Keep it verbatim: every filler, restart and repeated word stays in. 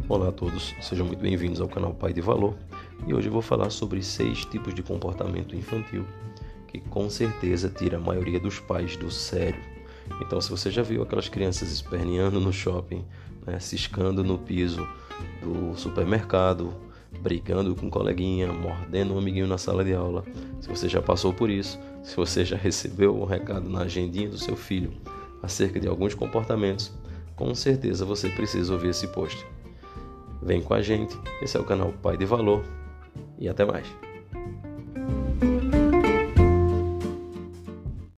Olá a todos, sejam muito bem-vindos ao canal Pai de Valor e hoje eu vou falar sobre seis tipos de comportamento infantil que com certeza tira a maioria dos pais do sério. Então, se você já viu aquelas crianças esperneando no shopping, né, ciscando no piso do supermercado, brigando com um coleguinha, mordendo um amiguinho na sala de aula, se você já passou por isso, se você já recebeu um recado na agendinha do seu filho acerca de alguns comportamentos, com certeza você precisa ouvir esse post. Vem com a gente, esse é o canal Pai de Valor e até mais.